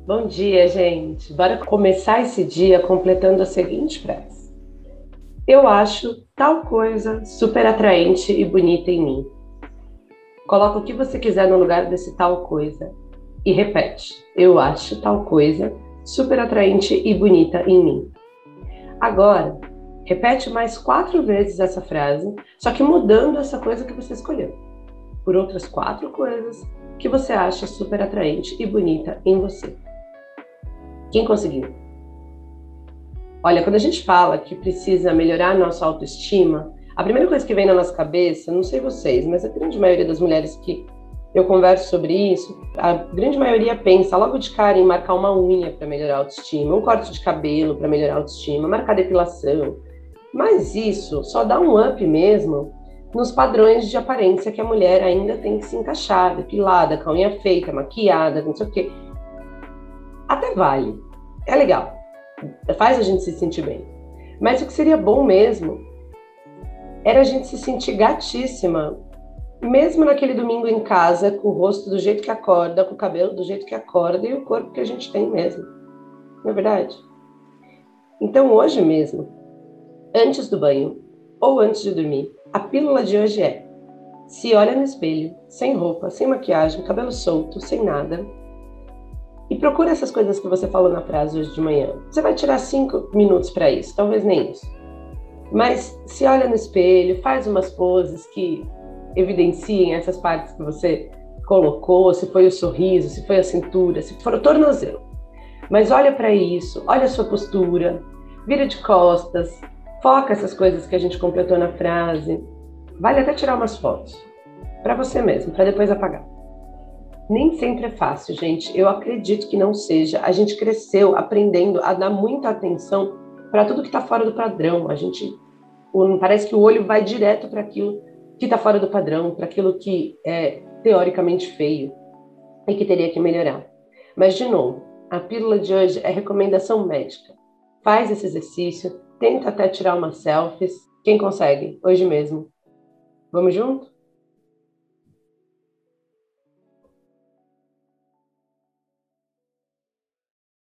Bom dia, gente. Bora começar esse dia completando a seguinte frase: eu acho tal coisa super atraente e bonita em mim. Coloca o que você quiser no lugar desse tal coisa e repete: eu acho tal coisa super atraente e bonita em mim. Agora, repete mais 4 vezes essa frase, só que mudando essa coisa que você escolheu por outras 4 coisas que você acha super atraente e bonita em você. Quem conseguiu? Olha, quando a gente fala que precisa melhorar a nossa autoestima, a primeira coisa que vem na nossa cabeça, não sei vocês, mas a grande maioria das mulheres que eu converso sobre isso, a grande maioria pensa logo de cara em marcar uma unha para melhorar a autoestima, um corte de cabelo para melhorar a autoestima, marcar depilação. Mas isso só dá um up mesmo nos padrões de aparência que a mulher ainda tem que se encaixar, depilada, com a unha feita, maquiada, não sei o quê. Até vale, é legal, faz a gente se sentir bem. Mas o que seria bom mesmo era a gente se sentir gatíssima, mesmo naquele domingo em casa, com o rosto do jeito que acorda, com o cabelo do jeito que acorda e o corpo que a gente tem mesmo. Não é verdade? Então, hoje mesmo, antes do banho ou antes de dormir, a pílula de hoje é: se olha no espelho, sem roupa, sem maquiagem, cabelo solto, sem nada, e procura essas coisas que você falou na frase hoje de manhã. Você vai tirar 5 minutos para isso, talvez nem isso. Mas se olha no espelho, faz umas poses que evidenciem essas partes que você colocou, se foi o sorriso, se foi a cintura, se for o tornozelo. Mas olha para isso, olha a sua postura, vira de costas, foca essas coisas que a gente completou na frase. Vale até tirar umas fotos, para você mesmo, para depois apagar. Nem sempre é fácil, gente. Eu acredito que não seja. A gente cresceu aprendendo a dar muita atenção para tudo que está fora do padrão. Parece que o olho vai direto para aquilo que está fora do padrão, para aquilo que é teoricamente feio e que teria que melhorar. Mas, de novo, a pílula de hoje é recomendação médica. Faz esse exercício, tenta até tirar umas selfies. Quem consegue? Hoje mesmo. Vamos junto?